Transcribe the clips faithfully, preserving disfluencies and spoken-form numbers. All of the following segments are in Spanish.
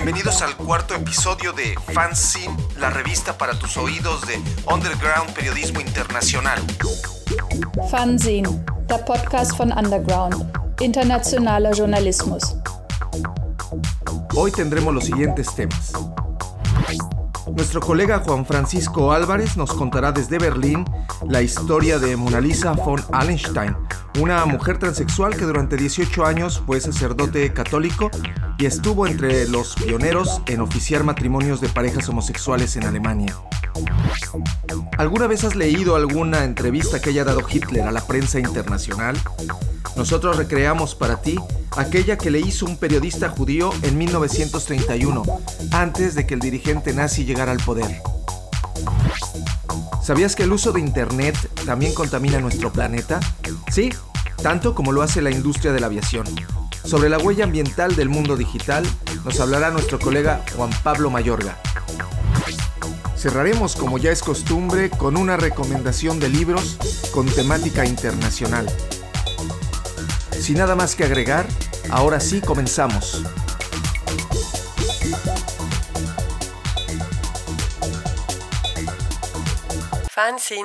Bienvenidos al cuarto episodio de Fanzine, la revista para tus oídos de Underground Periodismo Internacional. Fanzine, der Podcast von Underground, internationaler Journalismus. Hoy tendremos los siguientes temas. Nuestro colega Juan Francisco Álvarez nos contará desde Berlín la historia de Mona Lisa von Allenstein, una mujer transexual que durante dieciocho años fue sacerdote católico y estuvo entre los pioneros en oficiar matrimonios de parejas homosexuales en Alemania. ¿Alguna vez has leído alguna entrevista que haya dado Hitler a la prensa internacional? Nosotros recreamos para ti aquella que le hizo un periodista judío en mil novecientos treinta y uno, antes de que el dirigente nazi llegara al poder. ¿Sabías que el uso de Internet también contamina nuestro planeta? Sí, tanto como lo hace la industria de la aviación. Sobre la huella ambiental del mundo digital nos hablará nuestro colega Juan Pablo Mayorga. Cerraremos, como ya es costumbre, con una recomendación de libros con temática internacional. Sin nada más que agregar, ahora sí comenzamos. Fanzine.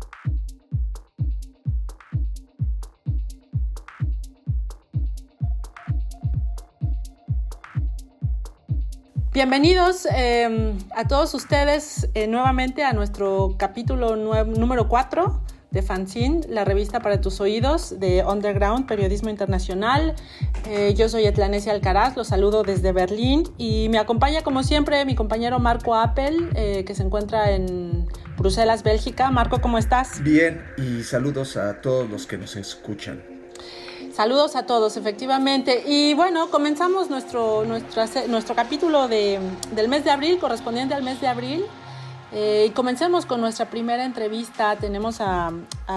Bienvenidos eh, a todos ustedes eh, nuevamente a nuestro capítulo nueve, número cuatro de Fanzine, la revista para tus oídos de Underground Periodismo Internacional. Eh, yo soy Etlanesia Alcaraz, los saludo desde Berlín y me acompaña como siempre mi compañero Marco Appel, eh, que se encuentra en Bruselas, Bélgica. Marco, ¿cómo estás? Bien, y saludos a todos los que nos escuchan. Saludos a todos, efectivamente. Y bueno, comenzamos nuestro, nuestro, nuestro capítulo de, del mes de abril, correspondiente al mes de abril. Eh, y comencemos con nuestra primera entrevista. Tenemos, a,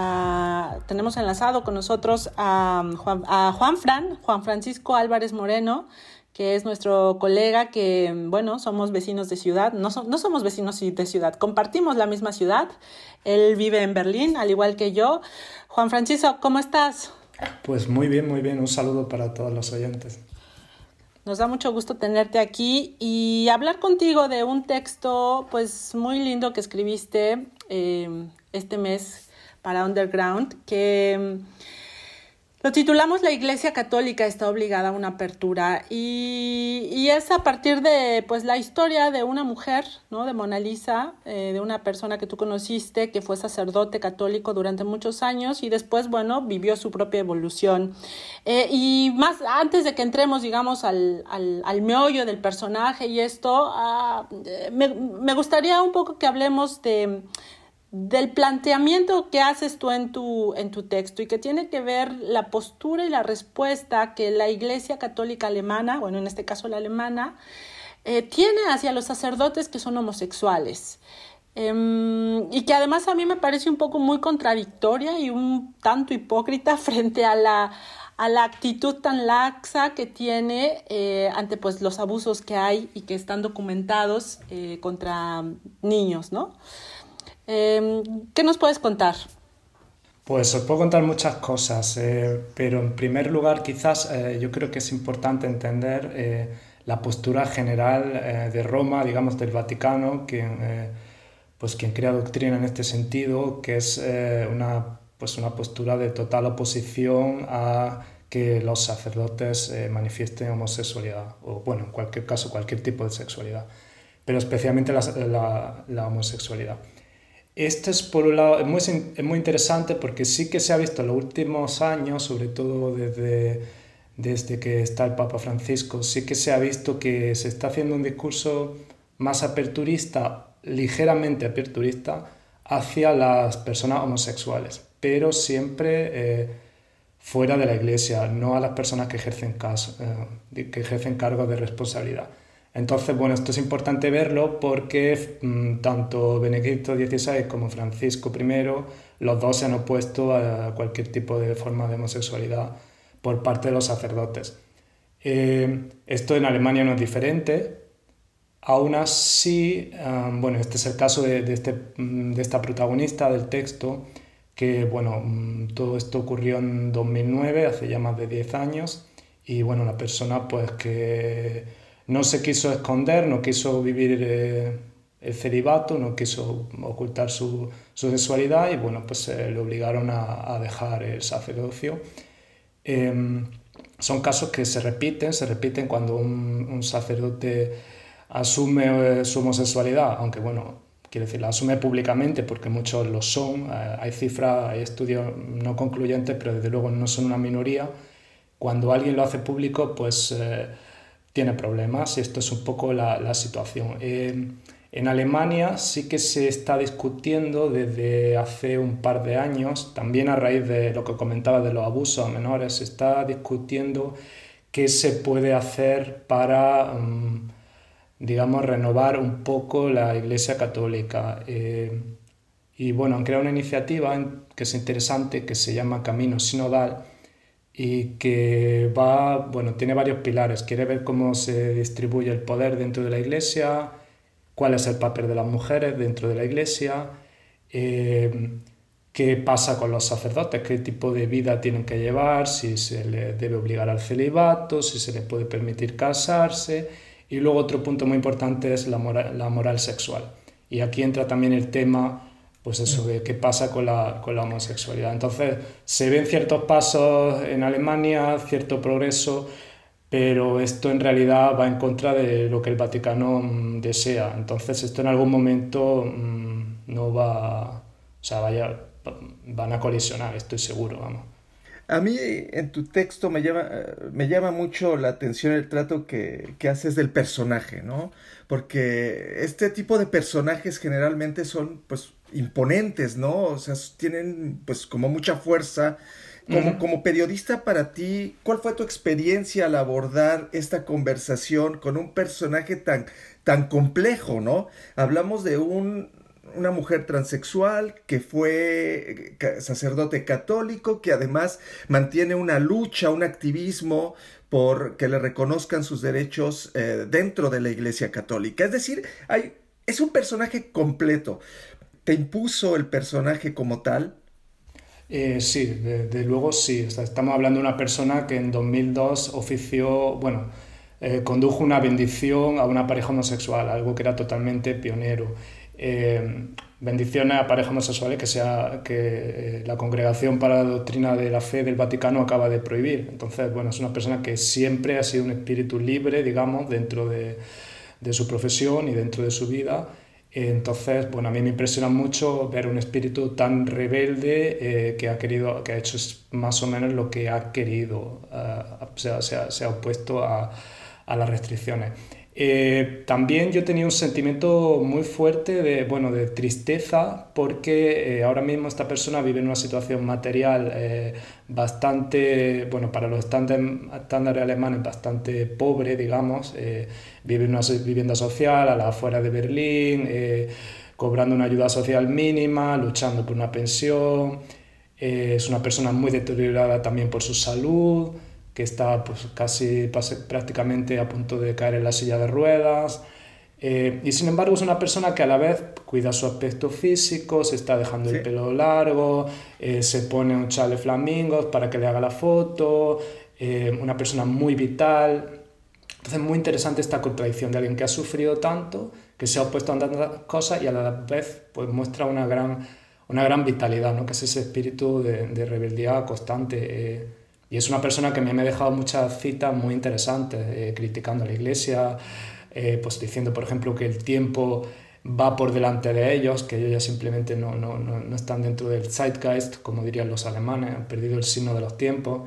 a, tenemos enlazado con nosotros a Juan, a Juan Fran, Juan Francisco Álvarez Moreno, que es nuestro colega que, bueno, somos vecinos de ciudad. No, so, no somos vecinos de ciudad, compartimos la misma ciudad. Él vive en Berlín, al igual que yo. Juan Francisco, ¿cómo estás? Pues muy bien, muy bien. Un saludo para todos los oyentes. Nos da mucho gusto tenerte aquí y hablar contigo de un texto pues muy lindo que escribiste eh, este mes para Underground, que lo titulamos La Iglesia Católica está obligada a una apertura, y, y es a partir de pues la historia de una mujer, ¿no? De Mona Lisa, eh, de una persona que tú conociste que fue sacerdote católico durante muchos años y después, bueno, vivió su propia evolución. Eh, y más antes de que entremos, digamos, al, al, al meollo del personaje y esto, uh, me, me gustaría un poco que hablemos de... del planteamiento que haces tú en tu, en tu texto y que tiene que ver la postura y la respuesta que la Iglesia Católica Alemana, bueno, en este caso la alemana, eh, tiene hacia los sacerdotes que son homosexuales. Eh, y que además a mí me parece un poco muy contradictoria y un tanto hipócrita frente a la, a la actitud tan laxa que tiene eh, ante pues, los abusos que hay y que están documentados eh, contra niños, ¿no? Eh, ¿Qué nos puedes contar? Pues os puedo contar muchas cosas, eh, pero en primer lugar quizás eh, yo creo que es importante entender eh, la postura general eh, de Roma, digamos del Vaticano, quien, eh, pues quien crea doctrina en este sentido, que es eh, una, pues una postura de total oposición a que los sacerdotes eh, manifiesten homosexualidad, o bueno, en cualquier caso cualquier tipo de sexualidad, pero especialmente la, la, la homosexualidad. Esto es, por un lado, es muy, es muy interesante porque sí que se ha visto en los últimos años, sobre todo desde, desde que está el Papa Francisco, sí que se ha visto que se está haciendo un discurso más aperturista, ligeramente aperturista, hacia las personas homosexuales, pero siempre eh, fuera de la Iglesia, no a las personas que ejercen, caso, eh, que ejercen cargos de responsabilidad. Entonces, bueno, esto es importante verlo porque mmm, tanto Benedicto dieciséis como Francisco primero, los dos se han opuesto a cualquier tipo de forma de homosexualidad por parte de los sacerdotes. Eh, esto en Alemania no es diferente. Aún así, um, bueno, este es el caso de, de, este, de esta protagonista del texto, que, bueno, todo esto ocurrió en dos mil nueve, hace ya más de diez años, y, bueno, una persona, pues, que no se quiso esconder, no quiso vivir eh, el celibato, no quiso ocultar su, su sexualidad y bueno, pues eh, le obligaron a, a dejar el sacerdocio. Eh, son casos que se repiten, se repiten cuando un, un sacerdote asume eh, su homosexualidad, aunque bueno, quiero decir, la asume públicamente porque muchos lo son, eh, hay cifras, hay estudios no concluyentes, pero desde luego no son una minoría. Cuando alguien lo hace público, pues eh, tiene problemas y esto es un poco la, la situación. Eh, en Alemania sí que se está discutiendo desde hace un par de años, también a raíz de lo que comentaba de los abusos a menores, se está discutiendo qué se puede hacer para, um, digamos, renovar un poco la Iglesia Católica. Eh, y bueno, han creado una iniciativa que es interesante, que se llama Camino Sinodal, y que va, bueno, tiene varios pilares. Quiere ver cómo se distribuye el poder dentro de la Iglesia, cuál es el papel de las mujeres dentro de la Iglesia, eh, qué pasa con los sacerdotes, qué tipo de vida tienen que llevar, si se les debe obligar al celibato, si se les puede permitir casarse. Y luego otro punto muy importante es la moral, la moral sexual. Y aquí entra también el tema, pues eso, de qué pasa con la, con la homosexualidad. Entonces, se ven ciertos pasos en Alemania, cierto progreso, pero esto en realidad va en contra de lo que el Vaticano mmm, desea. Entonces, esto en algún momento mmm, no va, o sea, vaya, van a colisionar, estoy seguro, vamos. A mí en tu texto me llama, me llama mucho la atención el trato que, que haces del personaje, ¿no? Porque este tipo de personajes generalmente son, pues, imponentes, ¿no? O sea, tienen, pues, como mucha fuerza. Como, uh-huh. como periodista para ti, ¿cuál fue tu experiencia al abordar esta conversación con un personaje tan, tan complejo, ¿no? Hablamos de un... una mujer transexual que fue sacerdote católico, que además mantiene una lucha, un activismo por que le reconozcan sus derechos eh, dentro de la Iglesia Católica. Es decir, hay, es un personaje completo. ¿Te impuso el personaje como tal? Eh, sí, de, de luego sí. O sea, estamos hablando de una persona que en dos mil dos ofició, bueno, eh, condujo una bendición a una pareja homosexual, algo que era totalmente pionero. Eh, bendiciones a parejas homosexuales que, sea, que eh, la Congregación para la Doctrina de la Fe del Vaticano acaba de prohibir. Entonces, bueno, es una persona que siempre ha sido un espíritu libre, digamos, dentro de, de su profesión y dentro de su vida. Entonces, bueno, a mí me impresiona mucho ver un espíritu tan rebelde eh, que ha querido, que ha hecho más o menos lo que ha querido, uh, o sea, se ha, se ha opuesto a, a las restricciones. Eh, también yo tenía un sentimiento muy fuerte de, bueno, de tristeza porque eh, ahora mismo esta persona vive en una situación material eh, bastante, bueno, para los estándares alemanes bastante pobre, digamos. Eh, vive en una vivienda social a las afueras de Berlín, eh, cobrando una ayuda social mínima, luchando por una pensión. Eh, es una persona muy deteriorada también por su salud, que está pues, casi prácticamente a punto de caer en la silla de ruedas. Eh, y sin embargo es una persona que a la vez cuida su aspecto físico, se está dejando sí. el pelo largo, eh, se pone un chale flamingos para que le haga la foto, eh, una persona muy vital. Entonces es muy interesante esta contradicción de alguien que ha sufrido tanto, que se ha opuesto a tantas cosas y a la vez pues, muestra una gran, una gran vitalidad, ¿no? Que es ese espíritu de, de rebeldía constante. Eh, Y es una persona que me ha dejado muchas citas muy interesantes, eh, criticando a la Iglesia, eh, pues diciendo, por ejemplo, que el tiempo va por delante de ellos, que ellos ya simplemente no, no, no, no están dentro del Zeitgeist, como dirían los alemanes, han perdido el signo de los tiempos.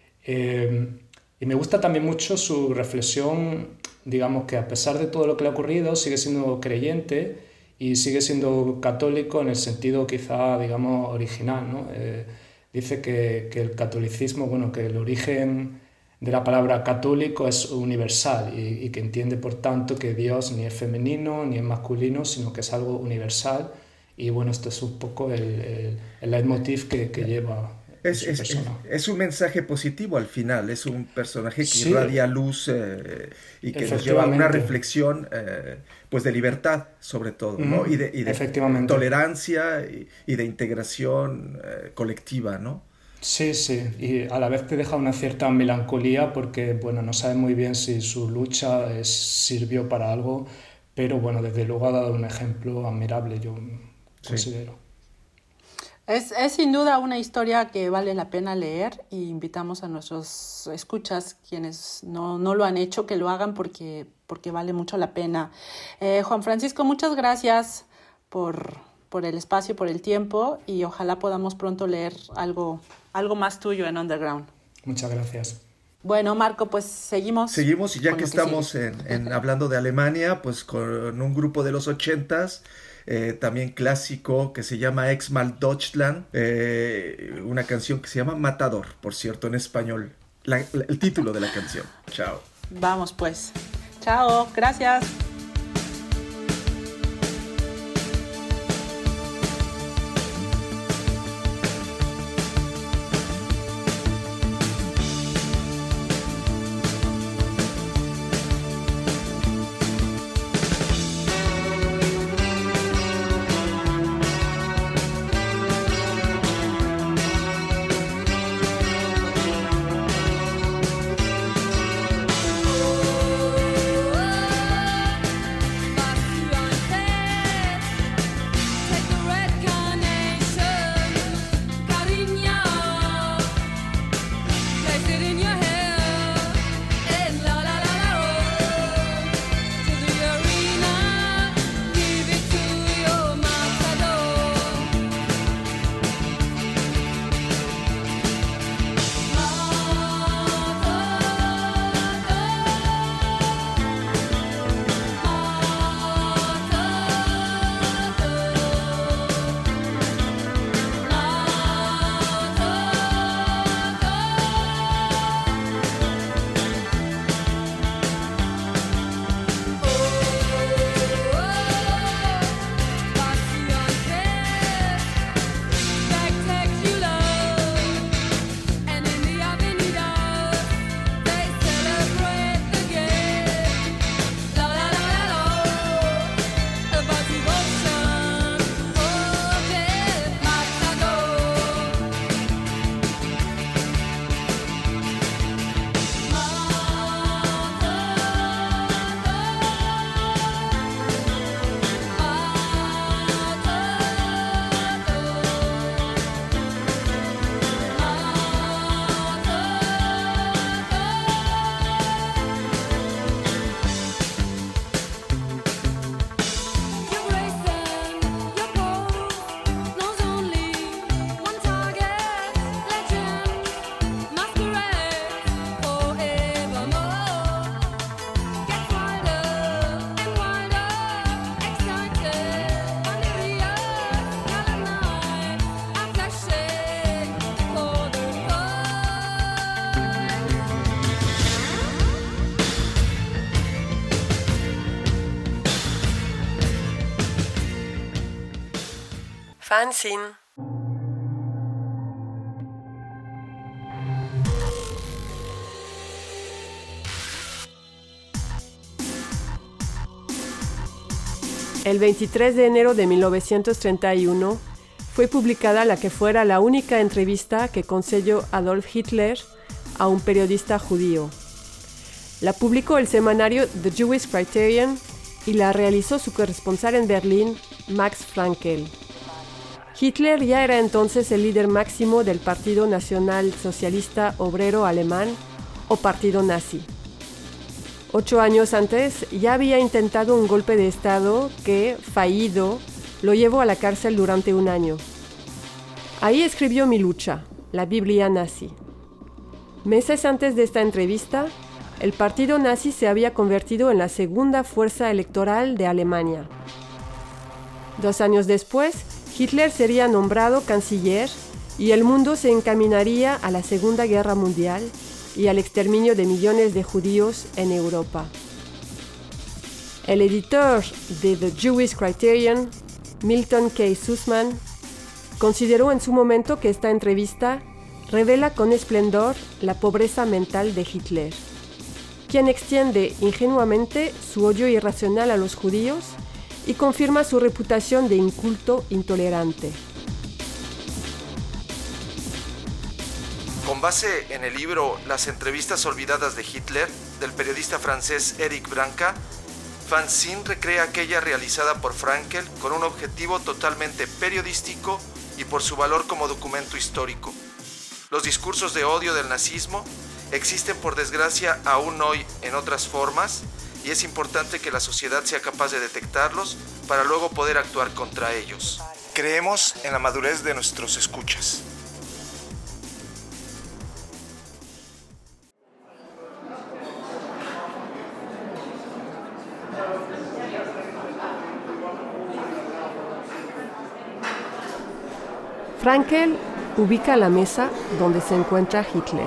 Eh, y me gusta también mucho su reflexión, digamos que a pesar de todo lo que le ha ocurrido, sigue siendo creyente y sigue siendo católico en el sentido quizá, digamos, original, ¿no? Eh, Dice que, que el catolicismo, bueno, que el origen de la palabra católico es universal y, y que entiende, por tanto, que Dios ni es femenino ni es masculino, sino que es algo universal. Y bueno, esto es un poco el, el, el leitmotiv que, que lleva es, su es, persona. Es, es un mensaje positivo al final, es un personaje que sí. irradia luz eh, y que nos lleva a una reflexión eh, pues de libertad, sobre todo, mm, ¿no? Y de, y de tolerancia y, y de integración eh, colectiva, ¿no? Sí, sí, y a la vez te deja una cierta melancolía porque, bueno, no sabes muy bien si su lucha es, sirvió para algo, pero bueno, desde luego ha dado un ejemplo admirable, yo sí. considero. Es, es sin duda una historia que vale la pena leer y invitamos a nuestros escuchas, quienes no, no lo han hecho, que lo hagan porque, porque vale mucho la pena. Eh, Juan Francisco, muchas gracias por, por el espacio, por el tiempo y ojalá podamos pronto leer algo, algo más tuyo en Underground. Muchas gracias. Bueno, Marco, pues seguimos. Seguimos y ya que estamos que en, en hablando de Alemania, pues con un grupo de los ochentas, eh, también clásico, que se llama Ex Mal Deutschland, eh, una canción que se llama Matador, por cierto, en español, la, la, el título de la canción. Chao. Vamos pues. Chao, gracias. Fanzine. El veintitrés de enero de mil novecientos treinta y uno fue publicada la que fuera la única entrevista que concedió Adolf Hitler a un periodista judío. La publicó el semanario The Jewish Criterion y la realizó su corresponsal en Berlín, Max Frankel. Hitler ya era entonces el líder máximo del Partido Nacional Socialista Obrero Alemán o Partido Nazi. Ocho años antes ya había intentado un golpe de Estado que, fallido, lo llevó a la cárcel durante un año. Ahí escribió Mi lucha, la Biblia nazi. Meses antes de esta entrevista, el partido nazi se había convertido en la segunda fuerza electoral de Alemania. Dos años después, Hitler sería nombrado canciller y el mundo se encaminaría a la Segunda Guerra Mundial y al exterminio de millones de judíos en Europa. El editor de The Jewish Criterion, Milton K. Sussman, consideró en su momento que esta entrevista revela con esplendor la pobreza mental de Hitler, quien extiende ingenuamente su odio irracional a los judíos y confirma su reputación de inculto intolerante. Con base en el libro Las entrevistas olvidadas de Hitler, del periodista francés Eric Branca, Fanzine recrea aquella realizada por Frankel con un objetivo totalmente periodístico y por su valor como documento histórico. Los discursos de odio del nazismo existen por desgracia aún hoy en otras formas y es importante que la sociedad sea capaz de detectarlos para luego poder actuar contra ellos. Creemos en la madurez de nuestros escuchas. Frankel ubica la mesa donde se encuentra Hitler.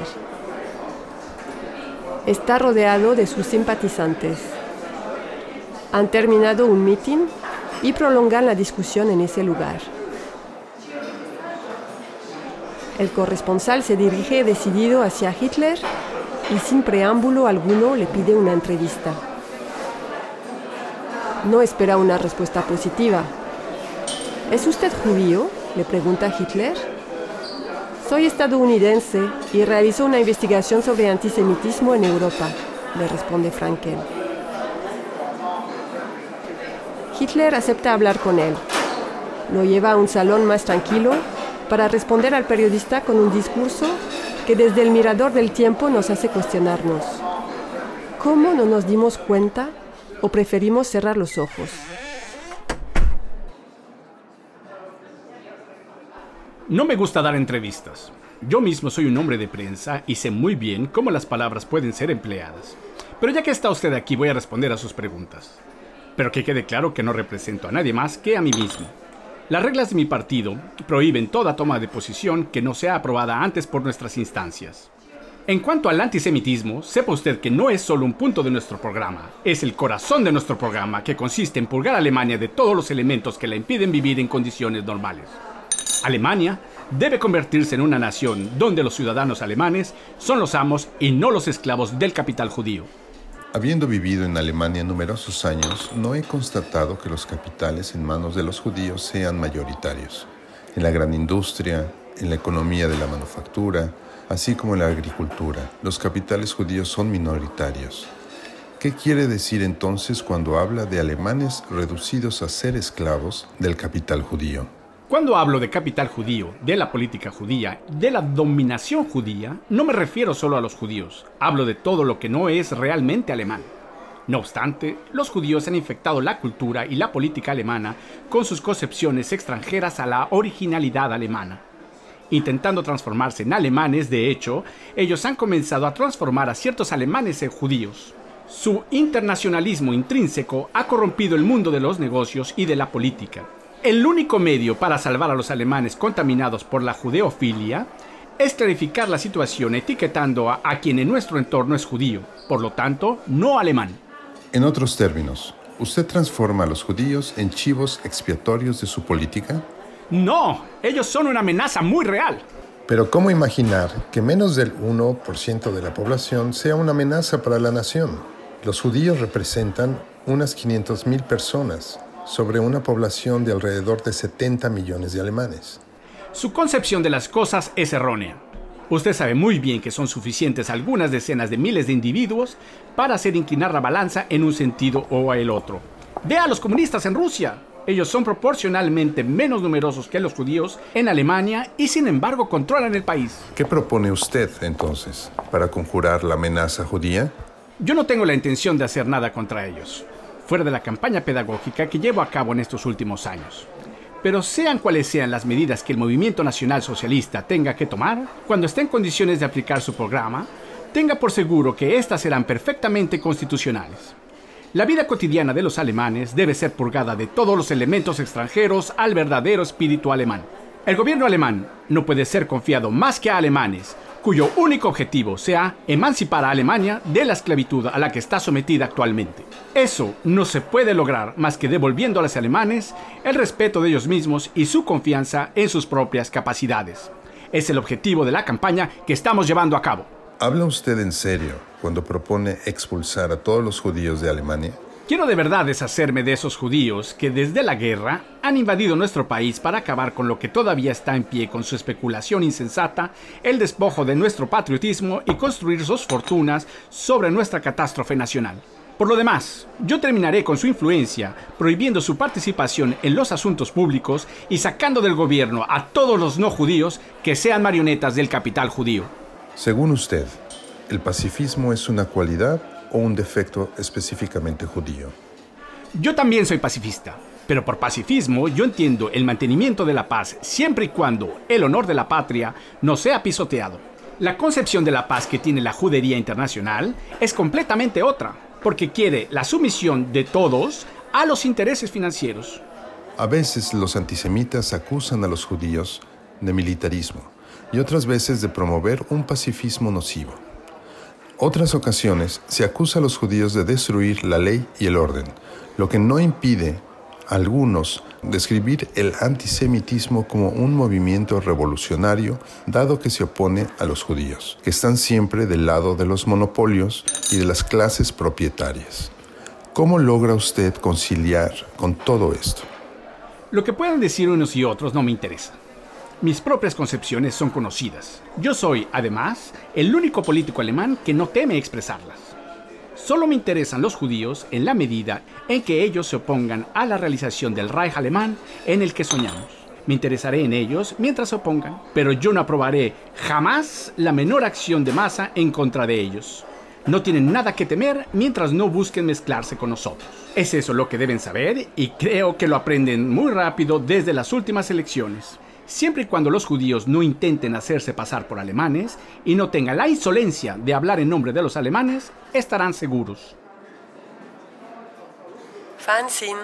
Está rodeado de sus simpatizantes. Han terminado un mitin y prolongan la discusión en ese lugar. El corresponsal se dirige decidido hacia Hitler y sin preámbulo alguno le pide una entrevista. No espera una respuesta positiva. ¿Es usted judío?, le pregunta Hitler. Soy estadounidense y realizo una investigación sobre antisemitismo en Europa, le responde Frankel. Hitler acepta hablar con él. Lo lleva a un salón más tranquilo para responder al periodista con un discurso que desde el mirador del tiempo nos hace cuestionarnos. ¿Cómo no nos dimos cuenta o preferimos cerrar los ojos? No me gusta dar entrevistas. Yo mismo soy un hombre de prensa y sé muy bien cómo las palabras pueden ser empleadas. Pero ya que está usted aquí, voy a responder a sus preguntas. Pero que quede claro que no represento a nadie más que a mí mismo. Las reglas de mi partido prohíben toda toma de posición que no sea aprobada antes por nuestras instancias. En cuanto al antisemitismo, sepa usted que no es solo un punto de nuestro programa, es el corazón de nuestro programa, que consiste en purgar a Alemania de todos los elementos que la impiden vivir en condiciones normales. Alemania debe convertirse en una nación donde los ciudadanos alemanes son los amos y no los esclavos del capital judío. Habiendo vivido en Alemania numerosos años, no he constatado que los capitales en manos de los judíos sean mayoritarios. En la gran industria, en la economía de la manufactura, así como en la agricultura, los capitales judíos son minoritarios. ¿Qué quiere decir entonces cuando habla de alemanes reducidos a ser esclavos del capital judío? Cuando hablo de capital judío, de la política judía, de la dominación judía, no me refiero solo a los judíos. Hablo de todo lo que no es realmente alemán. No obstante, los judíos han infectado la cultura y la política alemana con sus concepciones extranjeras a la originalidad alemana. Intentando transformarse en alemanes, de hecho, ellos han comenzado a transformar a ciertos alemanes en judíos. Su internacionalismo intrínseco ha corrompido el mundo de los negocios y de la política. El único medio para salvar a los alemanes contaminados por la judeofilia es clarificar la situación etiquetando a, a quien en nuestro entorno es judío, por lo tanto, no alemán. En otros términos, ¿usted transforma a los judíos en chivos expiatorios de su política? No, ellos son una amenaza muy real. Pero ¿cómo imaginar que menos del uno por ciento de la población sea una amenaza para la nación? Los judíos representan unas quinientas mil personas sobre una población de alrededor de setenta millones de alemanes. Su concepción de las cosas es errónea. Usted sabe muy bien que son suficientes algunas decenas de miles de individuos para hacer inclinar la balanza en un sentido o el otro. Vea a los comunistas en Rusia. Ellos son proporcionalmente menos numerosos que los judíos en Alemania y sin embargo controlan el país. ¿Qué propone usted entonces para conjurar la amenaza judía? Yo no tengo la intención de hacer nada contra ellos, fuera de la campaña pedagógica que llevo a cabo en estos últimos años. Pero sean cuales sean las medidas que el Movimiento Nacional Socialista tenga que tomar, cuando esté en condiciones de aplicar su programa, tenga por seguro que éstas serán perfectamente constitucionales. La vida cotidiana de los alemanes debe ser purgada de todos los elementos extranjeros al verdadero espíritu alemán. El gobierno alemán no puede ser confiado más que a alemanes, cuyo único objetivo sea emancipar a Alemania de la esclavitud a la que está sometida actualmente. Eso no se puede lograr más que devolviendo a los alemanes el respeto de ellos mismos y su confianza en sus propias capacidades. Es el objetivo de la campaña que estamos llevando a cabo. ¿Habla usted en serio cuando propone expulsar a todos los judíos de Alemania? Quiero de verdad deshacerme de esos judíos que desde la guerra han invadido nuestro país para acabar con lo que todavía está en pie con su especulación insensata, el despojo de nuestro patriotismo y construir sus fortunas sobre nuestra catástrofe nacional. Por lo demás, yo terminaré con su influencia, prohibiendo su participación en los asuntos públicos y sacando del gobierno a todos los no judíos que sean marionetas del capital judío. Según usted, ¿el pacifismo es una cualidad o un defecto específicamente judío? Yo también soy pacifista, pero por pacifismo yo entiendo el mantenimiento de la paz siempre y cuando el honor de la patria no sea pisoteado. La concepción de la paz que tiene la judería internacional es completamente otra, porque quiere la sumisión de todos a los intereses financieros. A veces los antisemitas acusan a los judíos de militarismo y otras veces de promover un pacifismo nocivo. Otras ocasiones se acusa a los judíos de destruir la ley y el orden, lo que no impide a algunos describir el antisemitismo como un movimiento revolucionario, dado que se opone a los judíos, que están siempre del lado de los monopolios y de las clases propietarias. ¿Cómo logra usted conciliar con todo esto? Lo que puedan decir unos y otros no me interesa. Mis propias concepciones son conocidas. Yo soy, además, el único político alemán que no teme expresarlas. Solo me interesan los judíos en la medida en que ellos se opongan a la realización del Reich alemán en el que soñamos. Me interesaré en ellos mientras se opongan, pero yo no aprobaré jamás la menor acción de masa en contra de ellos. No tienen nada que temer mientras no busquen mezclarse con nosotros. Es eso lo que deben saber y creo que lo aprenden muy rápido desde las últimas elecciones. Siempre y cuando los judíos no intenten hacerse pasar por alemanes y no tengan la insolencia de hablar en nombre de los alemanes, estarán seguros. Fanzine.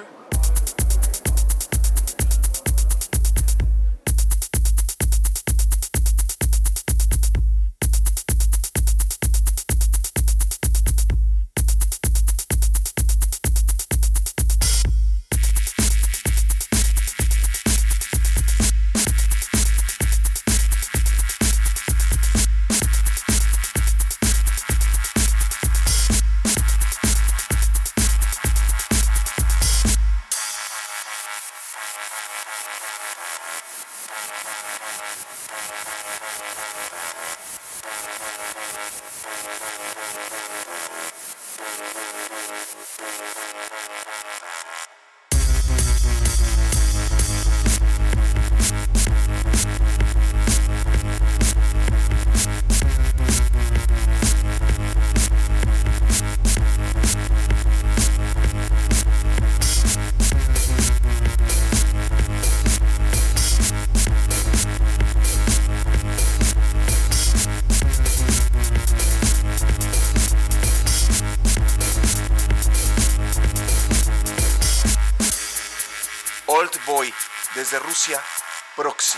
Old Boy, desde Rusia, Proxy.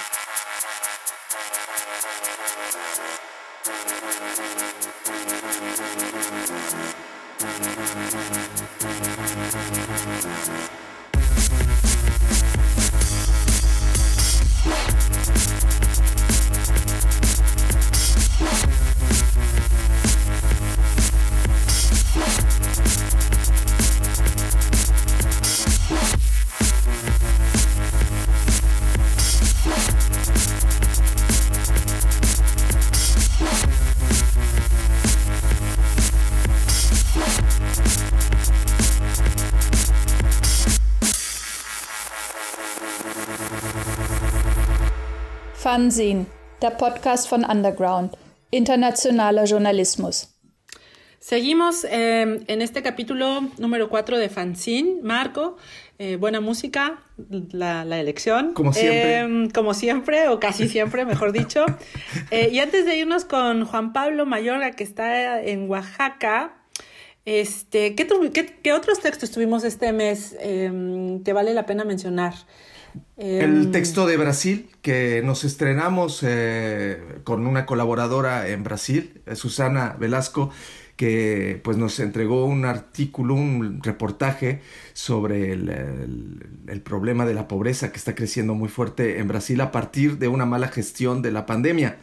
Fanzine, der Podcast von Underground, internationaler Journalismus. Seguimos eh, en este capítulo número cuatro de Fanzine. Marco, eh, buena música, la, la elección. Como siempre. Eh, como siempre, o casi siempre, mejor dicho. Eh, y antes de irnos con Juan Pablo Mayorga, que está en Oaxaca, este, ¿qué, tu, qué, qué otros textos tuvimos este mes eh, que vale la pena mencionar? El texto de Brasil, que nos estrenamos eh, con una colaboradora en Brasil, Susana Velasco, que pues nos entregó un artículo, un reportaje sobre el, el, el problema de la pobreza que está creciendo muy fuerte en Brasil a partir de una mala gestión de la pandemia.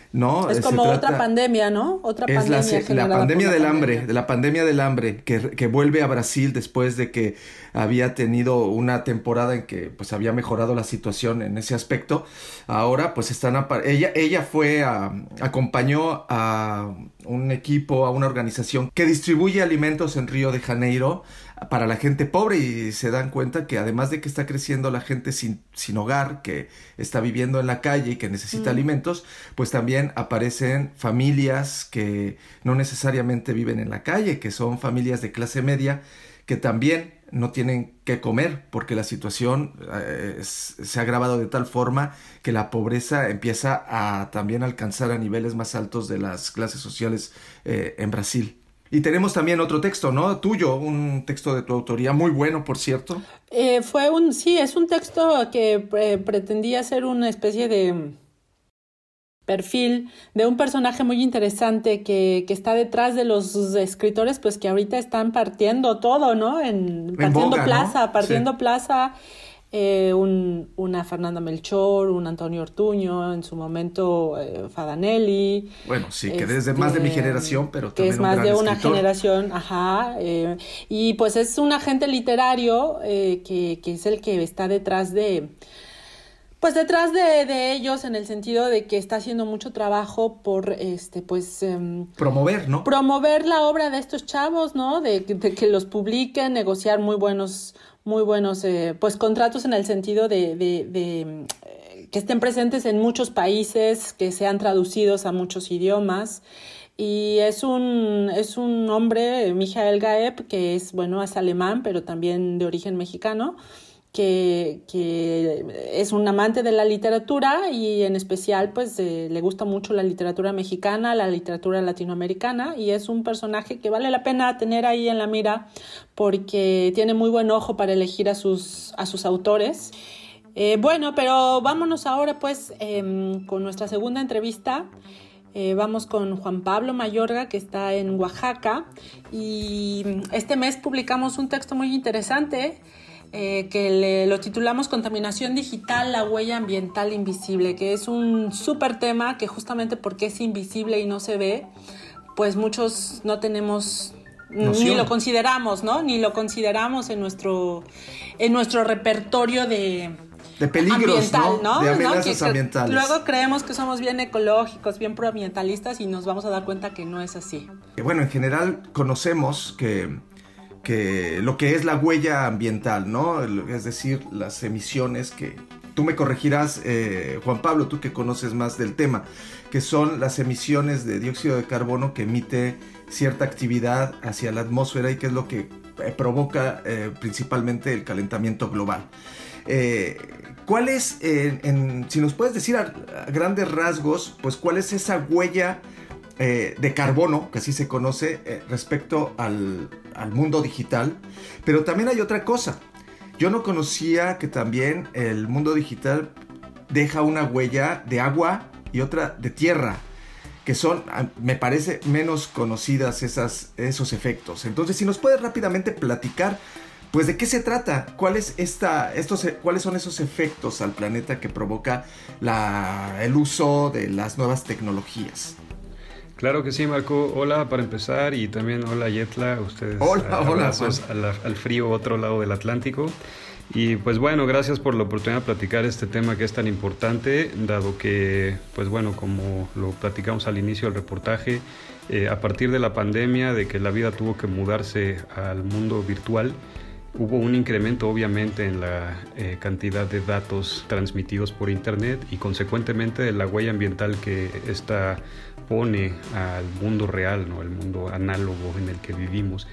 ¿no? Es como trata, otra pandemia, ¿no? Otra es pandemia. La, la pandemia del hambre, de la pandemia del hambre, que, que vuelve a Brasil después de que había tenido una temporada en que pues había mejorado la situación en ese aspecto. Ahora pues están, ella, ella fue, a, acompañó a un equipo, a una organización que distribuye alimentos en Río de Janeiro para la gente pobre, y se dan cuenta que además de que está creciendo la gente sin, sin hogar, que está viviendo en la calle y que necesita mm. alimentos, pues también aparecen familias que no necesariamente viven en la calle, que son familias de clase media, que también no tienen que comer porque la situación eh, es, se ha agravado de tal forma que la pobreza empieza a también alcanzar a niveles más altos de las clases sociales eh, en Brasil. Y tenemos también otro texto, ¿no? Tuyo, un texto de tu autoría, muy bueno, por cierto. Eh, fue un, sí, es un texto que eh, pretendía ser una especie de perfil de un personaje muy interesante que, que está detrás de los escritores, pues que ahorita están partiendo todo, ¿no? En, en partiendo boga, plaza, ¿no? partiendo sí. plaza. Eh, un, una Fernanda Melchor, un Antonio Ortuño, en su momento eh, Fadanelli. Bueno, sí, que desde este, más de mi generación, pero también que es más un gran de una escritor. generación, ajá. Eh, y pues es un agente literario eh, que, que es el que está detrás de... Pues detrás de, de ellos, en el sentido de que está haciendo mucho trabajo por, este, pues... Um, promover, ¿no? Promover la obra de estos chavos, ¿no? De, de que los publiquen, negociar muy buenos, muy buenos, eh, pues, contratos en el sentido de, de, de eh, que estén presentes en muchos países, que sean traducidos a muchos idiomas. Y es un, es un hombre, Michael Gaeb, que es, bueno, es alemán, pero también de origen mexicano, Que, que es un amante de la literatura y en especial pues eh, le gusta mucho la literatura mexicana, la literatura latinoamericana, y es un personaje que vale la pena tener ahí en la mira porque tiene muy buen ojo para elegir a sus, a sus autores. Eh, bueno, pero vámonos ahora pues eh, con nuestra segunda entrevista. Eh, vamos con Juan Pablo Mayorga, que está en Oaxaca, y este mes publicamos un texto muy interesante Eh, que le, lo titulamos Contaminación Digital, la huella ambiental invisible, que es un súper tema que justamente porque es invisible y no se ve, pues muchos no tenemos, Noción. ni lo consideramos, ¿no? Ni lo consideramos en nuestro, en nuestro repertorio de... De peligros, ambiental, ¿no? ¿no? De amenazas ¿no? Que, ambientales. Luego creemos que somos bien ecológicos, bien proambientalistas y nos vamos a dar cuenta que no es así. Bueno, en general conocemos que... que lo que es la huella ambiental, ¿no? Es decir, las emisiones que... Tú me corregirás, eh, Juan Pablo, tú que conoces más del tema, que son las emisiones de dióxido de carbono que emite cierta actividad hacia la atmósfera y que es lo que eh, provoca eh, principalmente el calentamiento global. Eh, ¿Cuál es, eh, en, si nos puedes decir a, a grandes rasgos, pues cuál es esa huella Eh, de carbono, que así se conoce, eh, respecto al, al mundo digital? Pero también hay otra cosa. Yo no conocía que también el mundo digital deja una huella de agua y otra de tierra, que son, me parece, menos conocidas esas, esos efectos. Entonces, si nos puedes rápidamente platicar, pues, ¿de qué se trata? ¿Cuál es esta, estos, ¿Cuáles son esos efectos al planeta que provoca la, el uso de las nuevas tecnologías? Claro que sí, Marco. Hola para empezar, y también hola Yetla, ustedes. Hola, hola. Al, al frío otro lado del Atlántico. Y pues bueno, gracias por la oportunidad de platicar este tema que es tan importante, dado que, pues bueno, como lo platicamos al inicio del reportaje, eh, a partir de la pandemia, de que la vida tuvo que mudarse al mundo virtual, hubo un incremento obviamente en la eh, cantidad de datos transmitidos por internet y consecuentemente de la huella ambiental que esta pone al mundo real, ¿no? El mundo análogo en el que vivimos.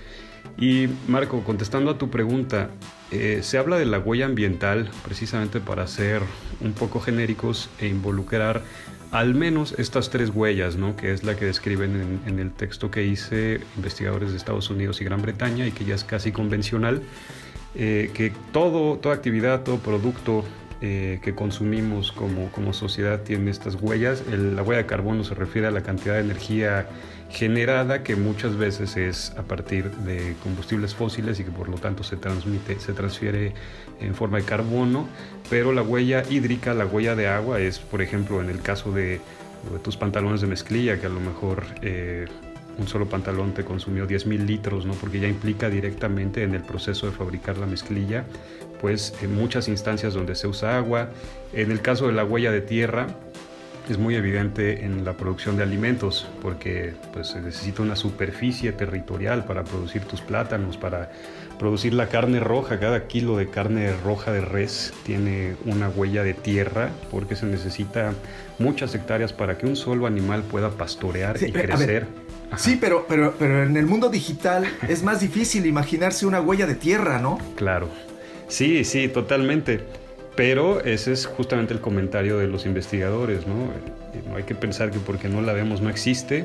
Y Marco, contestando a tu pregunta, eh, se habla de la huella ambiental precisamente para ser un poco genéricos e involucrar al menos estas tres huellas, ¿no? Que es la que describen en, en el texto que hice investigadores de Estados Unidos y Gran Bretaña, y que ya es casi convencional, eh, que todo, toda actividad, todo producto eh, que consumimos como, como sociedad tiene estas huellas. El, la huella de carbono se refiere a la cantidad de energía generada, que muchas veces es a partir de combustibles fósiles y que por lo tanto se transmite, se transfiere en forma de carbono. Pero la huella hídrica, la huella de agua, es, por ejemplo, en el caso de o de tus pantalones de mezclilla, que a lo mejor eh, un solo pantalón te consumió diez mil litros, ¿no? Porque ya implica directamente en el proceso de fabricar la mezclilla, pues en muchas instancias donde se usa agua. En el caso de la huella de tierra, es muy evidente en la producción de alimentos, porque pues, se necesita una superficie territorial para producir tus plátanos, para producir la carne roja. Cada kilo de carne roja de res tiene una huella de tierra, porque se necesita muchas hectáreas para que un solo animal pueda pastorear sí, y crecer. Sí, pero, pero, pero en el mundo digital es más difícil imaginarse una huella de tierra, ¿no? Claro. Sí, sí, totalmente. Pero ese es justamente el comentario de los investigadores, ¿no? No hay que pensar que porque no la vemos no existe.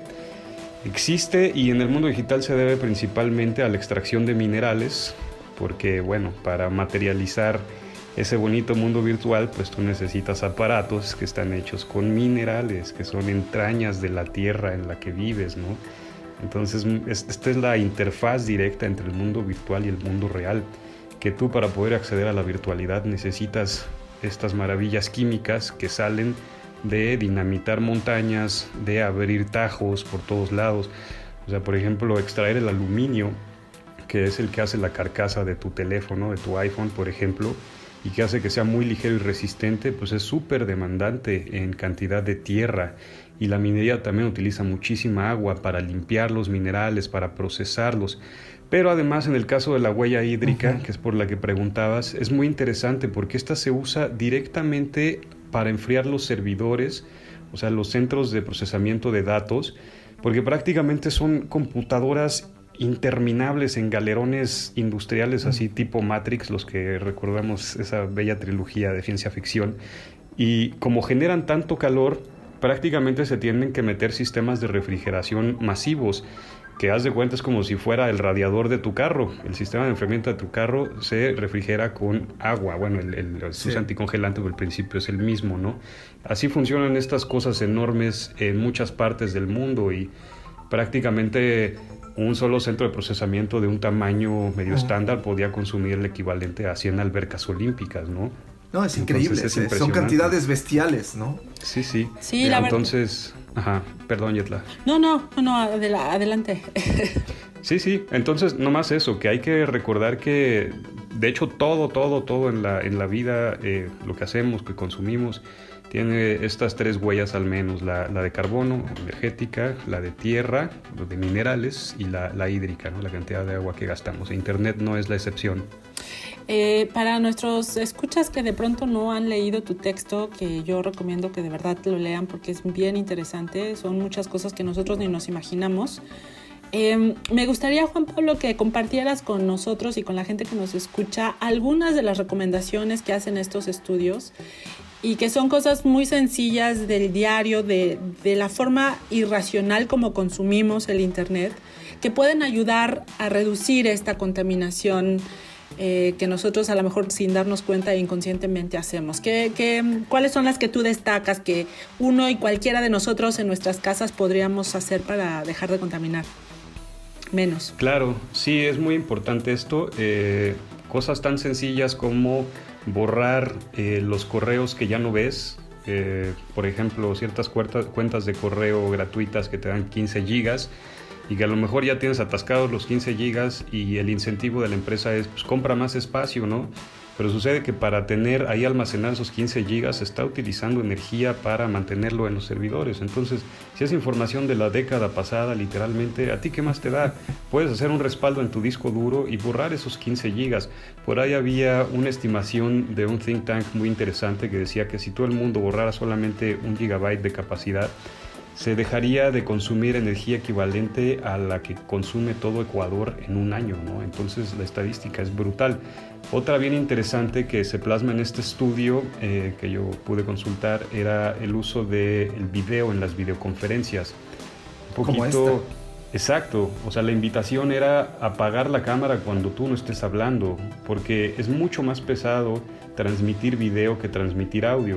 Existe, y en el mundo digital se debe principalmente a la extracción de minerales, porque, bueno, para materializar ese bonito mundo virtual, pues tú necesitas aparatos que están hechos con minerales, que son entrañas de la tierra en la que vives, ¿no? Entonces, esta es la interfaz directa entre el mundo virtual y el mundo real, que tú, para poder acceder a la virtualidad, necesitas estas maravillas químicas que salen de dinamitar montañas, de abrir tajos por todos lados. O sea, por ejemplo, extraer el aluminio, que es el que hace la carcasa de tu teléfono, de tu iPhone, por ejemplo, y que hace que sea muy ligero y resistente, pues es súper demandante en cantidad de tierra. Y la minería también utiliza muchísima agua para limpiar los minerales, para procesarlos. Pero además, en el caso de la huella hídrica, uh-huh. que es por la que preguntabas, es muy interesante porque esta se usa directamente para enfriar los servidores, o sea, los centros de procesamiento de datos, porque prácticamente son computadoras interminables en galerones industriales, uh-huh. así tipo Matrix, los que recordamos esa bella trilogía de ciencia ficción, y como generan tanto calor, prácticamente se tienen que meter sistemas de refrigeración masivos, que haz de cuenta es como si fuera el radiador de tu carro. El sistema de enfriamiento de tu carro se refrigera con agua. Bueno, el, el, el sí. anticongelante por el principio es el mismo, ¿no? Así funcionan estas cosas enormes en muchas partes del mundo, y prácticamente un solo centro de procesamiento de un tamaño medio uh-huh. estándar podía consumir el equivalente a cien albercas olímpicas, ¿no? No, es increíble. Es es, son cantidades bestiales, ¿no? Sí, sí. Sí, la Entonces... verdad. Ajá, perdón, Yetla. No, no, no, no adel- adelante. Sí, sí, entonces nomás eso, que hay que recordar que de hecho todo, todo, todo en la, en la vida, eh, lo que hacemos, que consumimos, tiene estas tres huellas al menos, la, la de carbono, energética, la de tierra, la de minerales y la, la hídrica, ¿no? La cantidad de agua que gastamos. Internet no es la excepción. Eh, para nuestros escuchas que de pronto no han leído tu texto, que yo recomiendo que de verdad lo lean porque es bien interesante, son muchas cosas que nosotros ni nos imaginamos. Eh, me gustaría, Juan Pablo, que compartieras con nosotros y con la gente que nos escucha algunas de las recomendaciones que hacen estos estudios, y que son cosas muy sencillas del diario, de, de la forma irracional como consumimos el Internet, que pueden ayudar a reducir esta contaminación Eh, que nosotros a lo mejor sin darnos cuenta e inconscientemente hacemos. ¿Qué, qué, ¿Cuáles son las que tú destacas que uno y cualquiera de nosotros en nuestras casas podríamos hacer para dejar de contaminar menos? Claro, sí, es muy importante esto. Eh, cosas tan sencillas como borrar eh, los correos que ya no ves. Eh, por ejemplo, ciertas cuentas, cuentas de correo gratuitas que te dan quince gigas, y que a lo mejor ya tienes atascados los quince gigas, y el incentivo de la empresa es, pues, compra más espacio, ¿no? Pero sucede que para tener ahí almacenar esos quince gigas se está utilizando energía para mantenerlo en los servidores. Entonces, si es información de la década pasada, literalmente, ¿a ti qué más te da? Puedes hacer un respaldo en tu disco duro y borrar esos quince gigas. Por ahí había una estimación de un think tank muy interesante que decía que si todo el mundo borrara solamente un gigabyte de capacidad, se dejaría de consumir energía equivalente a la que consume todo Ecuador en un año, ¿no? Entonces la estadística es brutal. Otra bien interesante que se plasma en este estudio eh, que yo pude consultar era el uso del video en las videoconferencias. Un poquito, como esta. Exacto, o sea, la invitación era apagar la cámara cuando tú no estés hablando, porque es mucho más pesado transmitir video que transmitir audio.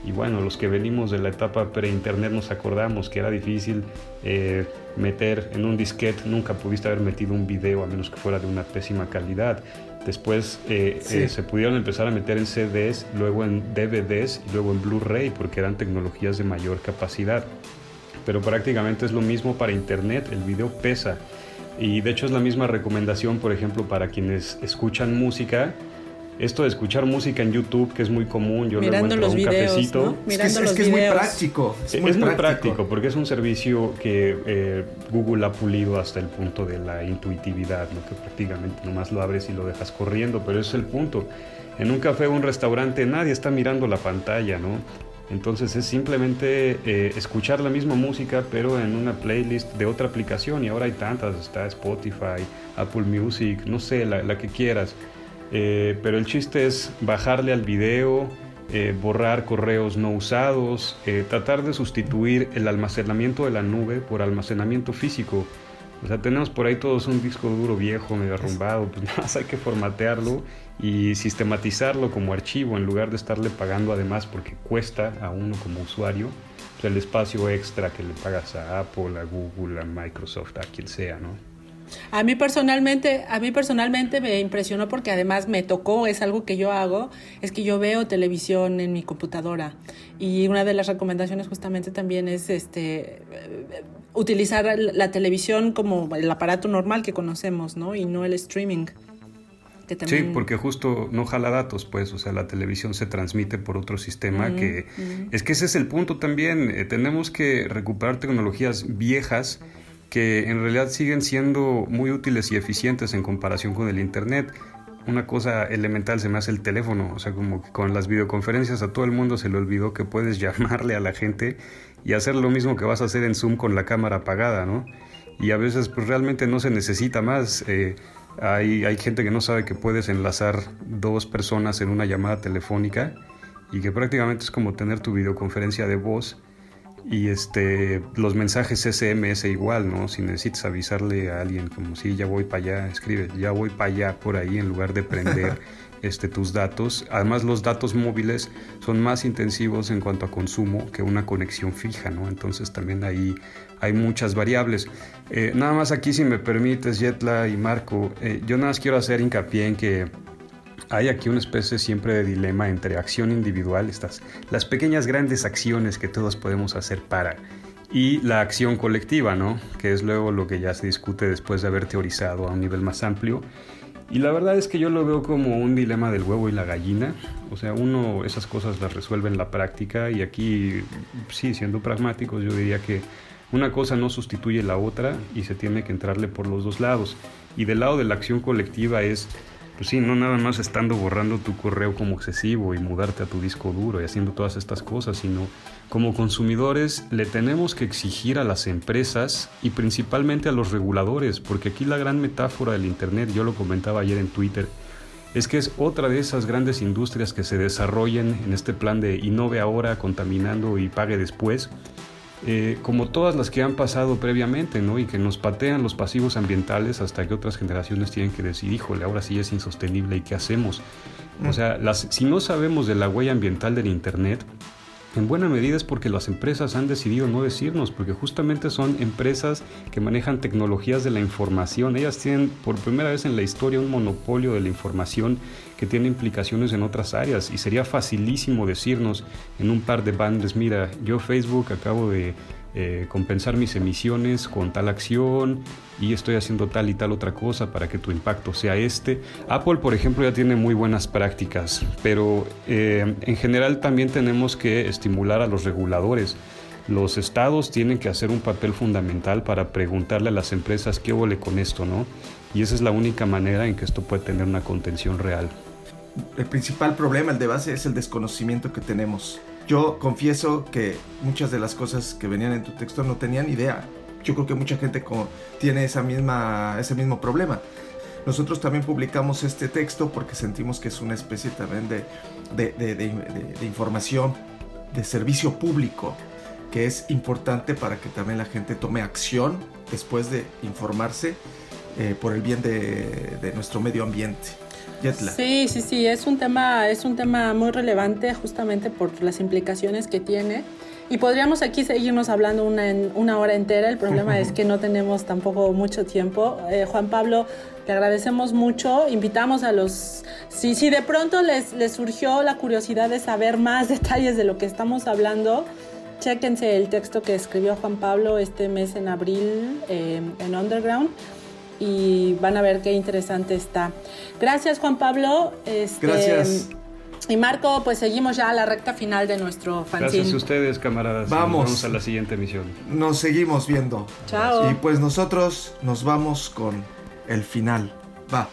Y bueno, los que venimos de la etapa pre-internet nos acordamos que era difícil eh, meter en un disquete, nunca pudiste haber metido un video a menos que fuera de una pésima calidad. Después eh, sí. eh, se pudieron empezar a meter en C Ds, luego en D V Ds y luego en Blu-ray porque eran tecnologías de mayor capacidad. Pero prácticamente es lo mismo para internet, el video pesa. Y de hecho es la misma recomendación, por ejemplo, para quienes escuchan música. Esto de escuchar música en YouTube, que es muy común, yo mirando lo encuentro los un videos, cafecito. ¿no? Mirando es que, los es, que es videos. muy práctico. Es, es muy, muy práctico. práctico porque es un servicio que eh, Google ha pulido hasta el punto de la intuitividad, ¿no? Que prácticamente nomás lo abres y lo dejas corriendo, pero ese es el punto. En un café o un restaurante nadie está mirando la pantalla, ¿no? Entonces es simplemente eh, escuchar la misma música pero en una playlist de otra aplicación, y ahora hay tantas, está Spotify, Apple Music, no sé, la, la que quieras. Eh, pero el chiste es bajarle al video, eh, borrar correos no usados, eh, tratar de sustituir el almacenamiento de la nube por almacenamiento físico. O sea, tenemos por ahí todos un disco duro viejo, medio arrumbado, pues nada más hay que formatearlo y sistematizarlo como archivo en lugar de estarle pagando además, porque cuesta a uno como usuario, pues el espacio extra que le pagas a Apple, a Google, a Microsoft, a quien sea, ¿no? A mí personalmente, a mí personalmente me impresionó porque además me tocó, es algo que yo hago, es que yo veo televisión en mi computadora, y una de las recomendaciones justamente también es este utilizar la televisión como el aparato normal que conocemos, ¿no? Y no el streaming. Que también... Sí, porque justo no jala datos, pues, o sea, la televisión se transmite por otro sistema uh-huh, que... Uh-huh. Es que ese es el punto también, eh, tenemos que recuperar tecnologías viejas que en realidad siguen siendo muy útiles y eficientes en comparación con el internet. Una cosa elemental se me hace el teléfono, o sea, como que con las videoconferencias a todo el mundo se le olvidó que puedes llamarle a la gente y hacer lo mismo que vas a hacer en Zoom con la cámara apagada, ¿no? Y a veces pues realmente no se necesita más. Eh, hay, hay gente que no sabe que puedes enlazar dos personas en una llamada telefónica y que prácticamente es como tener tu videoconferencia de voz. Y este, los mensajes S M S igual, ¿no? Si necesitas avisarle a alguien como si ya voy para allá, escribe ya voy para allá por ahí en lugar de prender este, tus datos. Además los datos móviles son más intensivos en cuanto a consumo que una conexión fija, ¿no? Entonces también ahí hay muchas variables. Eh, nada más aquí, si me permites, Yetla y Marco, eh, yo nada más quiero hacer hincapié en que hay aquí una especie siempre de dilema entre acción individual, estas, las pequeñas grandes acciones que todos podemos hacer para, y la acción colectiva, ¿no? Que es luego lo que ya se discute después de haber teorizado a un nivel más amplio. Y la verdad es que yo lo veo como un dilema del huevo y la gallina. O sea, uno esas cosas las resuelve en la práctica, y aquí, sí, siendo pragmáticos, yo diría que una cosa no sustituye la otra y se tiene que entrarle por los dos lados. Y del lado de la acción colectiva es... Pues sí, no nada más estando borrando tu correo como excesivo y mudarte a tu disco duro y haciendo todas estas cosas, sino como consumidores le tenemos que exigir a las empresas y principalmente a los reguladores, porque aquí la gran metáfora del internet, yo lo comentaba ayer en Twitter, es que es otra de esas grandes industrias que se desarrollan en este plan de innove ahora, contaminando y pague después. Eh, como todas las que han pasado previamente, ¿no? Y que nos patean los pasivos ambientales hasta que otras generaciones tienen que decir, híjole, ahora sí es insostenible, ¿y qué hacemos? Mm. O sea, las, si no sabemos de la huella ambiental del internet, en buena medida es porque las empresas han decidido no decirnos, porque justamente son empresas que manejan tecnologías de la información. Ellas tienen por primera vez en la historia un monopolio de la información que tiene implicaciones en otras áreas, y sería facilísimo decirnos en un par de bandes, mira, yo Facebook acabo de eh, compensar mis emisiones con tal acción y estoy haciendo tal y tal otra cosa para que tu impacto sea este. Apple, por ejemplo, ya tiene muy buenas prácticas, pero eh, en general también tenemos que estimular a los reguladores. Los estados tienen que hacer un papel fundamental para preguntarle a las empresas qué huele con esto, ¿no? Y esa es la única manera en que esto puede tener una contención real. El principal problema, el de base, es el desconocimiento que tenemos. Yo confieso que muchas de las cosas que venían en tu texto no tenían idea. Yo creo que mucha gente tiene esa misma, ese mismo problema. Nosotros también publicamos este texto porque sentimos que es una especie también de, de, de, de, de, de información, de servicio público, que es importante para que también la gente tome acción después de informarse eh, por el bien de, de nuestro medio ambiente. Jetla. Sí, sí, sí, es un tema, es un tema muy relevante justamente por las implicaciones que tiene. Y podríamos aquí seguirnos hablando una, una hora entera. El problema es que no tenemos tampoco mucho tiempo. Eh, Juan Pablo, te agradecemos mucho. Invitamos a los... Si, si de pronto les, les surgió la curiosidad de saber más detalles de lo que estamos hablando, chéquense el texto que escribió Juan Pablo este mes en abril eh, en Underground y van a ver qué interesante está. Gracias, Juan Pablo. Este, Gracias. Y Marco, pues seguimos ya a la recta final de nuestro fanzine. Gracias a ustedes, camaradas. Vamos. Nos vemos a la siguiente emisión. Nos seguimos viendo. Chao. Y pues nosotros nos vamos con el final. Va.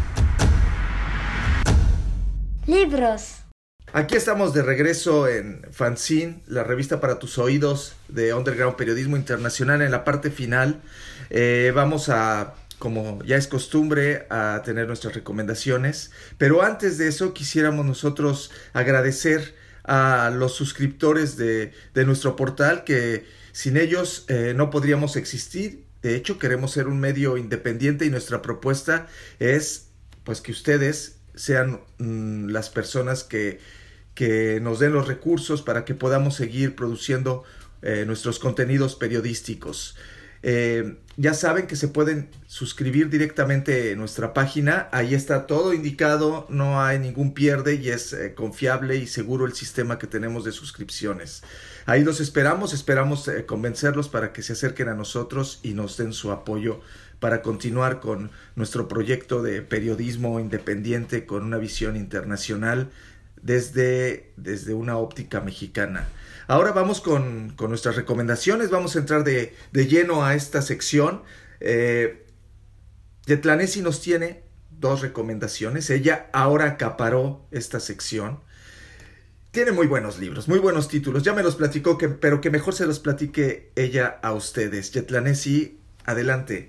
Libros. Aquí estamos de regreso en Fanzine, la revista para tus oídos de Underground Periodismo Internacional. En la parte final eh, vamos a, como ya es costumbre, a tener nuestras recomendaciones. Pero antes de eso quisiéramos nosotros agradecer a los suscriptores de, de nuestro portal, que sin ellos eh, no podríamos existir. De hecho, queremos ser un medio independiente y nuestra propuesta es pues que ustedes sean mmm, las personas que, que nos den los recursos para que podamos seguir produciendo eh, nuestros contenidos periodísticos. Eh, ya saben que se pueden suscribir directamente en nuestra página, ahí está todo indicado, no hay ningún pierde y es eh, confiable y seguro el sistema que tenemos de suscripciones. Ahí los esperamos, esperamos eh, convencerlos para que se acerquen a nosotros y nos den su apoyo para continuar con nuestro proyecto de periodismo independiente con una visión internacional desde, desde una óptica mexicana. Ahora vamos con, con nuestras recomendaciones, vamos a entrar de, de lleno a esta sección. Eh, Yetlanesi nos tiene dos recomendaciones, ella ahora acaparó esta sección. Tiene muy buenos libros, muy buenos títulos, ya me los platicó, que, pero que mejor se los platique ella a ustedes. Yetlanesi, adelante.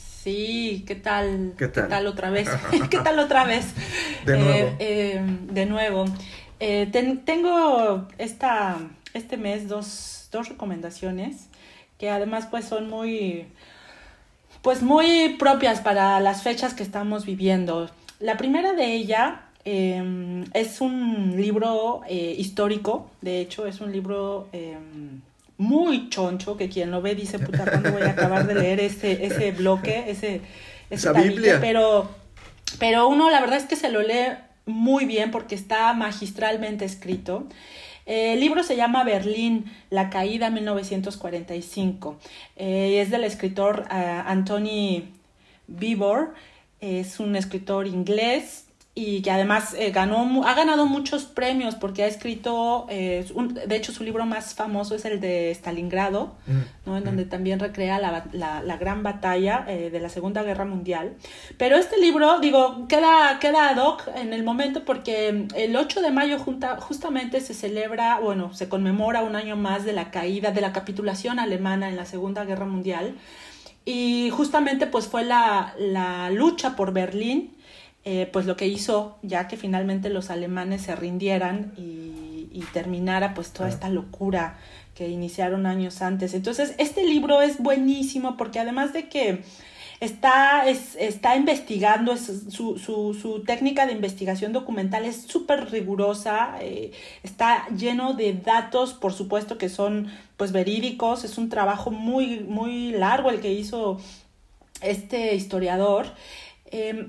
Sí, ¿qué tal? ¿Qué tal? ¿Qué tal otra vez? ¿Qué tal otra vez? De nuevo. Eh, eh, de nuevo. Eh, ten, tengo esta, este mes dos, dos recomendaciones que además pues son muy, pues muy propias para las fechas que estamos viviendo. La primera de ella eh, es un libro eh, histórico, de hecho es un libro... Eh, muy choncho, que quien lo ve dice, puta, ¿cuándo voy a acabar de leer ese, ese bloque, ese, ese esa Biblia? Pero, pero uno la verdad es que se lo lee muy bien porque está magistralmente escrito. Eh, el libro se llama Berlín, la caída mil novecientos cuarenta y cinco. Eh, es del escritor uh, Anthony Beevor, es un escritor inglés y que además eh, ganó, ha ganado muchos premios porque ha escrito, eh, un, de hecho su libro más famoso es el de Stalingrado, mm. ¿no? En donde también recrea la, la, la gran batalla eh, de la Segunda Guerra Mundial. Pero este libro, digo, queda, queda ad hoc en el momento porque el ocho de mayo junta, justamente se celebra, bueno, se conmemora un año más de la caída, de la capitulación alemana en la Segunda Guerra Mundial. Y justamente pues fue la, la lucha por Berlín, Eh, pues lo que hizo ya que finalmente los alemanes se rindieran y, y terminara pues toda esta locura que iniciaron años antes. Entonces este libro es buenísimo porque además de que está, es, está investigando, es, su, su, su técnica de investigación documental es súper rigurosa, eh, está lleno de datos, por supuesto que son pues verídicos, es un trabajo muy, muy largo el que hizo este historiador. Eh,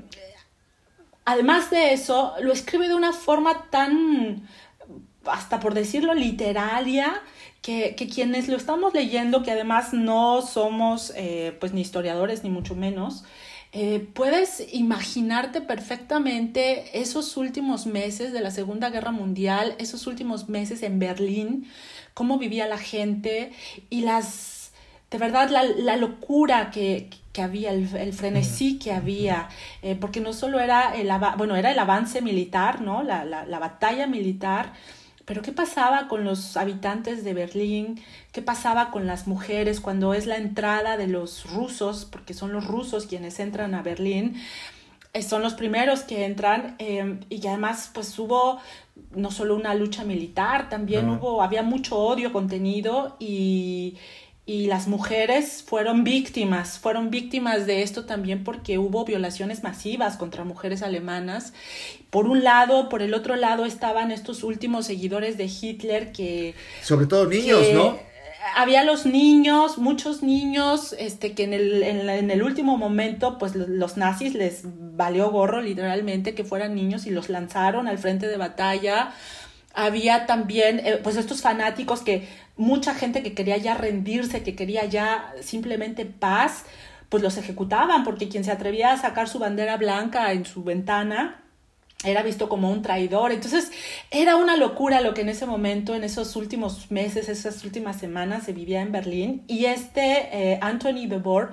Además de eso, lo escribe de una forma tan, hasta por decirlo, literaria, que, que quienes lo estamos leyendo, que además no somos eh, pues ni historiadores ni mucho menos, eh, puedes imaginarte perfectamente esos últimos meses de la Segunda Guerra Mundial, esos últimos meses en Berlín, cómo vivía la gente y las... De verdad, la, la locura que, que había, el, el frenesí que había, eh, porque no solo era el, bueno, era el avance militar, ¿no? La, la, la batalla militar, pero ¿qué pasaba con los habitantes de Berlín? ¿Qué pasaba con las mujeres cuando es la entrada de los rusos? Porque son los rusos quienes entran a Berlín, eh, son los primeros que entran, eh, y además pues hubo no solo una lucha militar, también no. hubo, había mucho odio contenido y... y las mujeres fueron víctimas, fueron víctimas de esto también porque hubo violaciones masivas contra mujeres alemanas. Por un lado, por el otro lado estaban estos últimos seguidores de Hitler que... Sobre todo niños, que, ¿no? Había los niños, muchos niños, este, que en el, en, la, en el último momento, pues los, los nazis les valió gorro literalmente que fueran niños y los lanzaron al frente de batalla. Había también, eh, pues estos fanáticos que, mucha gente que quería ya rendirse, que quería ya simplemente paz, pues los ejecutaban, porque quien se atrevía a sacar su bandera blanca en su ventana era visto como un traidor. Entonces era una locura lo que en ese momento, en esos últimos meses, esas últimas semanas se vivía en Berlín, y este eh, Anthony Beevor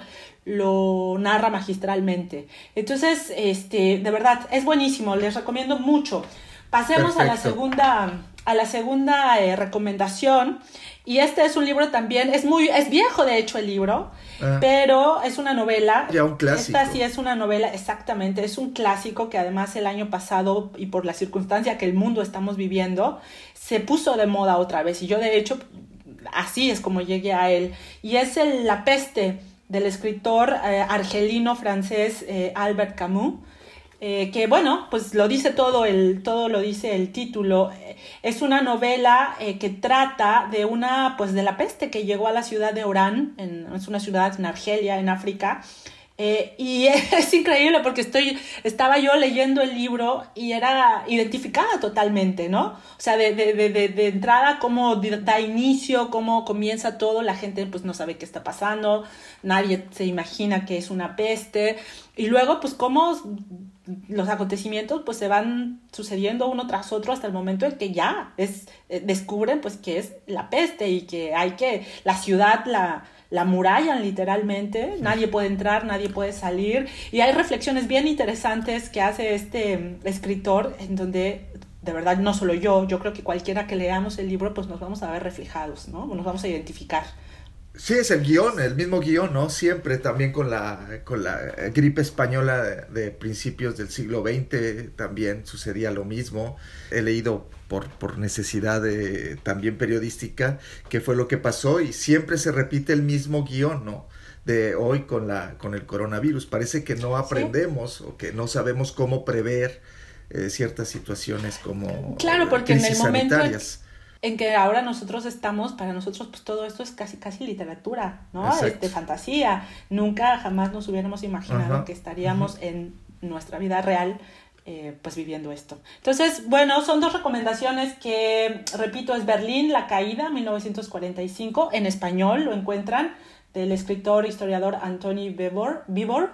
lo narra magistralmente. Entonces, este, de verdad, es buenísimo, les recomiendo mucho. Pasemos Perfecto. a la segunda, a la segunda eh, recomendación, y este es un libro también, es muy, es viejo de hecho el libro, ah. pero es una novela. Ya un clásico. Esta sí es una novela, exactamente, es un clásico que además el año pasado, y por la circunstancia que el mundo estamos viviendo, se puso de moda otra vez, y yo de hecho así es como llegué a él, y es el, La peste, del escritor eh, argelino-francés eh, Albert Camus. Eh, que bueno, pues lo dice todo, el, todo lo dice el título. Eh, es una novela eh, que trata de una, pues de la peste que llegó a la ciudad de Orán, en, es una ciudad en Argelia, en África, eh, y es increíble porque estoy, estaba yo leyendo el libro y era identificada totalmente, ¿no? O sea, de, de, de, de, de entrada, cómo da inicio, cómo comienza todo, la gente pues no sabe qué está pasando, nadie se imagina que es una peste, y luego pues cómo los acontecimientos pues se van sucediendo uno tras otro hasta el momento en que ya es, eh, descubren pues que es la peste y que hay que, la ciudad la, la murallan literalmente, nadie puede entrar, nadie puede salir, y hay reflexiones bien interesantes que hace este escritor en donde de verdad no solo yo, yo creo que cualquiera que leamos el libro pues nos vamos a ver reflejados, ¿no? Nos vamos a identificar. Sí, es el guión, el mismo guión, ¿no? Siempre también con la, con la gripe española de, de principios del siglo veinte también sucedía lo mismo. He leído por, por necesidad de, también periodística qué fue lo que pasó, y siempre se repite el mismo guión, ¿no? De hoy con, la, con el coronavirus. Parece que no aprendemos, ¿sí? O que no sabemos cómo prever eh, ciertas situaciones como claro, porque crisis en el momento sanitarias. En que ahora nosotros estamos, para nosotros pues todo esto es casi casi literatura, ¿no? Este, fantasía. Nunca jamás nos hubiéramos imaginado Ajá. que estaríamos Ajá. en nuestra vida real eh, pues viviendo esto. Entonces, bueno, son dos recomendaciones que, repito, es Berlín, la caída, mil novecientos cuarenta y cinco, en español lo encuentran, del escritor historiador Anthony Beevor, Beevor,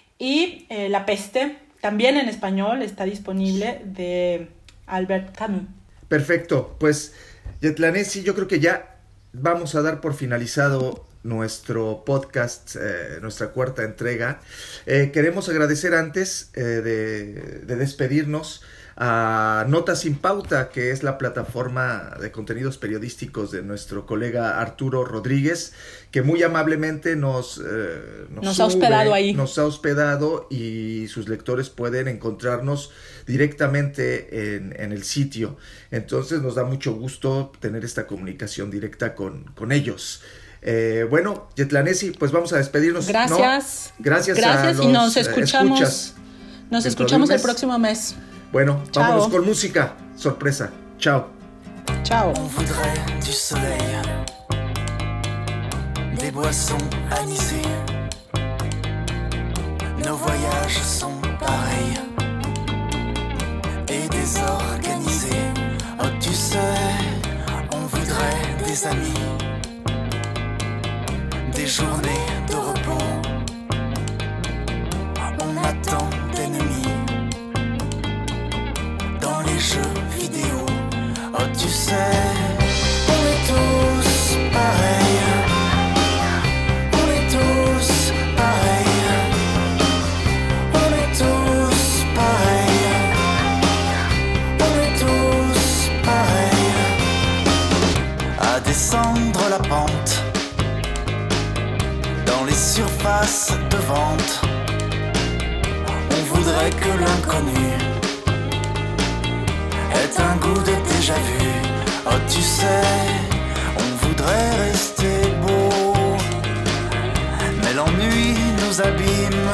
y eh, La peste, también en español, está disponible, de Albert Camus. Perfecto, pues Yetlanesi, yo creo que ya vamos a dar por finalizado nuestro podcast, eh, nuestra cuarta entrega. Eh, queremos agradecer antes eh, de, de despedirnos a Nota Sin Pauta, que es la plataforma de contenidos periodísticos de nuestro colega Arturo Rodríguez, que muy amablemente nos, eh, nos, nos sube, ha hospedado ahí. Nos ha hospedado, y sus lectores pueden encontrarnos directamente en, en el sitio. Entonces nos da mucho gusto tener esta comunicación directa con, con ellos. Eh, bueno, Yetlanesi, pues vamos a despedirnos. Gracias. ¿no? Gracias, Gracias a los, y nos escuchamos. Escuchas nos escuchamos el próximo mes. Bueno, Chao. Vámonos con música. Sorpresa. Chao. Chao. On voudrait du soleil, des boissons anisées. Nos voyages sont pareils et désorganisés. Oh, tu sais, on voudrait des amis, des journées de repos. On attend d'ennemis dans les jeux vidéo. Oh, tu sais, on est tous pareils. On est tous pareils. On est tous pareils. On est tous pareils. À descendre la pente dans les surfaces de vente. On voudrait que l'inconnu ait un goût de déjà vu. Oh, tu sais, on voudrait rester beau nous abîme.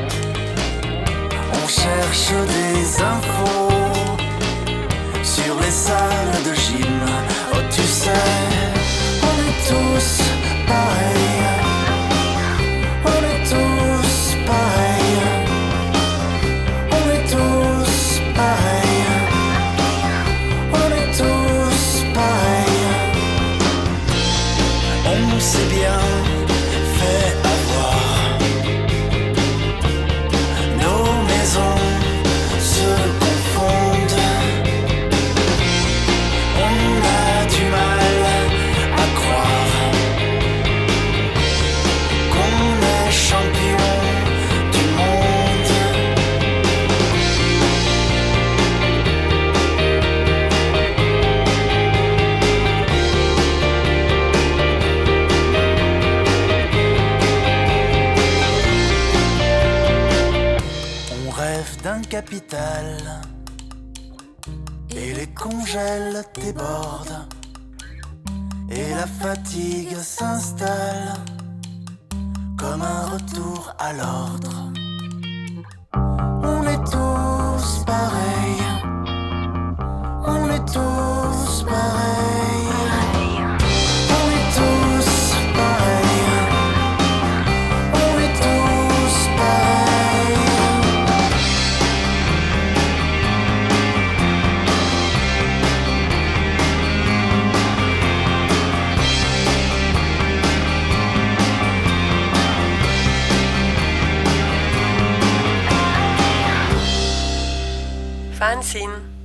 On cherche des infos sur les salles de gym. Oh tu sais, on est tous pareils. On est tous pareils. On est tous pareils. On est tous pareils. On s'est bien fait avoir. Nos maisons se confondent. On a du mal à croire qu'on est champion du monde. On rêve d'un capital et les congèles débordent et la fatigue s'installe comme un retour à l'ordre. On est tous pareils. On est tous pareils. On est tous pareils. On est tous pareils. Fanzine.